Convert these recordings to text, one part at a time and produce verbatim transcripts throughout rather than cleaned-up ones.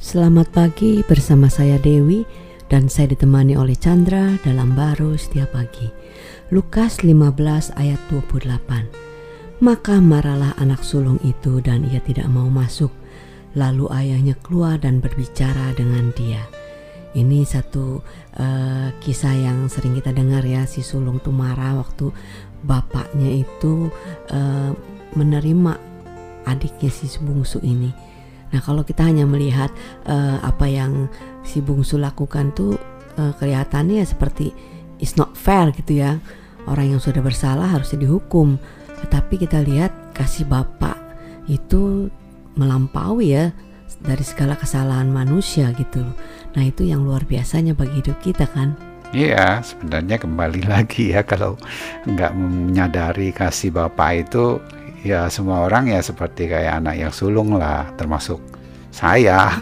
Selamat pagi bersama saya Dewi dan saya ditemani oleh Chandra dalam Baru Setiap Pagi. Lukas lima belas ayat dua puluh delapan. Maka marahlah anak sulung itu dan ia tidak mau masuk. Lalu ayahnya keluar dan berbicara dengan dia. Ini satu uh, kisah yang sering kita dengar ya, si sulung tuh marah waktu bapaknya itu uh, menerima adiknya si bungsu ini. Nah kalau kita hanya melihat uh, apa yang si bungsu lakukan tuh uh, kelihatannya seperti it's not fair gitu ya. Orang yang sudah bersalah harusnya dihukum. Tetapi kita lihat kasih bapak itu melampaui ya dari segala kesalahan manusia gitu. Nah itu yang luar biasanya bagi hidup kita kan. Iya, sebenarnya kembali lagi ya, kalau nggak menyadari kasih bapak itu, ya semua orang ya seperti kayak anak yang sulung lah, termasuk saya.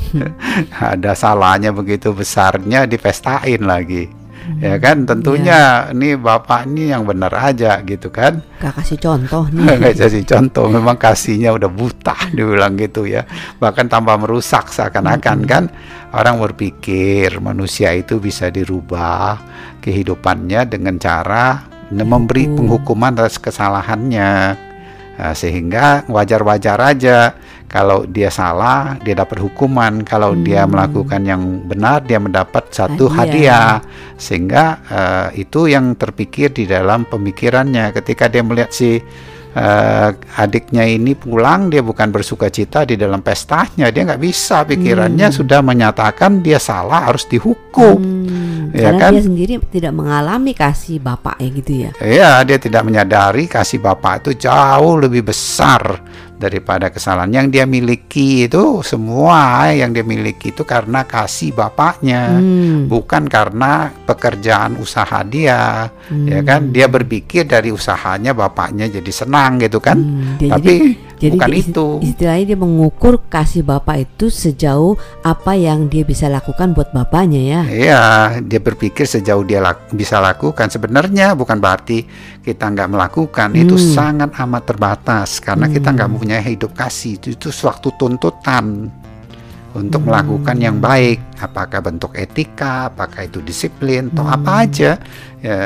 Ada salahnya begitu besarnya dipestain lagi. Hmm, ya kan tentunya ya. Ini bapak ini yang benar aja gitu kan. Gak kasih contoh nih. Gak kasih contoh, memang kasihnya udah buta dibilang gitu ya. Bahkan tambah merusak seakan-akan hmm. kan. Orang berpikir manusia itu bisa dirubah kehidupannya dengan cara memberi penghukuman atas kesalahannya. Nah, sehingga wajar-wajar aja kalau dia salah dia dapat hukuman, kalau hmm. dia melakukan yang benar dia mendapat satu hadiah, hadiah. Sehingga uh, itu yang terpikir di dalam pemikirannya ketika dia melihat si uh, adiknya ini pulang, dia bukan bersuka cita di dalam pestanya, dia nggak bisa, pikirannya hmm. sudah menyatakan dia salah harus dihukum. hmm. Ya Karena kan? Dia sendiri tidak mengalami kasih bapaknya gitu ya. Iya, dia tidak menyadari kasih bapak itu jauh lebih besar daripada kesalahan yang dia miliki. Itu semua yang dia miliki itu karena kasih bapaknya, hmm. bukan karena pekerjaan usaha dia. hmm. Ya kan, dia berpikir dari usahanya bapaknya jadi senang gitu kan. hmm. dia tapi jadi, bukan jadi itu istilahnya dia mengukur kasih bapak itu sejauh apa yang dia bisa lakukan buat bapaknya ya. Iya, dia berpikir sejauh dia lak- bisa lakukan. Sebenarnya bukan berarti kita nggak melakukan. hmm. Itu sangat amat terbatas karena hmm. kita nggak punya hidup kasih. Itu, itu suatu tuntutan untuk hmm. melakukan yang baik, apakah bentuk etika, apakah itu disiplin, atau hmm. apa aja ya,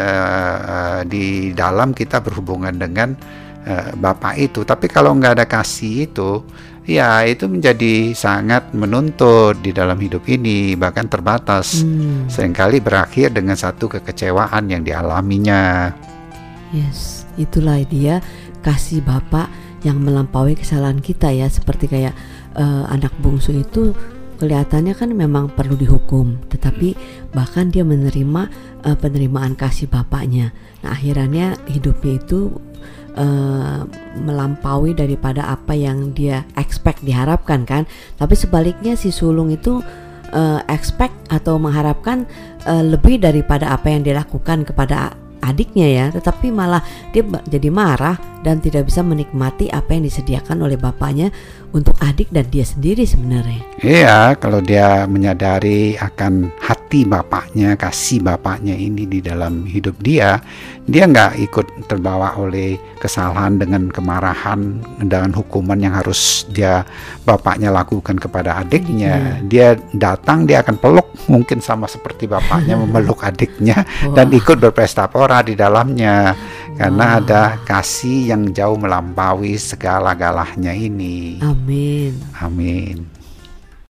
di dalam kita berhubungan dengan uh, bapak itu. Tapi kalau nggak ada kasih itu, ya itu menjadi sangat menuntut di dalam hidup ini, bahkan terbatas. hmm. Seringkali berakhir dengan satu kekecewaan yang dialaminya. Yes, itulah dia kasih bapak yang melampaui kesalahan kita ya. Seperti kayak uh, anak bungsu itu kelihatannya kan memang perlu dihukum, tetapi bahkan dia menerima uh, penerimaan kasih bapaknya. Nah akhirnya hidupnya itu Uh, melampaui daripada apa yang dia expect, diharapkan kan. Tapi sebaliknya si sulung itu uh, expect atau mengharapkan uh, lebih daripada apa yang dilakukan kepada adiknya ya, tetapi malah dia jadi marah dan tidak bisa menikmati apa yang disediakan oleh bapaknya untuk adik dan dia sendiri sebenarnya. Iya, kalau dia menyadari akan hati bapaknya, kasih bapaknya ini di dalam hidup dia, dia nggak ikut terbawa oleh kesalahan dengan kemarahan, dengan hukuman yang harus dia bapaknya lakukan kepada adiknya. adiknya. Dia datang, dia akan peluk, mungkin sama seperti bapaknya memeluk adiknya wow. dan ikut berpesta pora di dalamnya, karena wow. ada kasih yang jauh melampaui segala-galanya ini. Amin. Amin.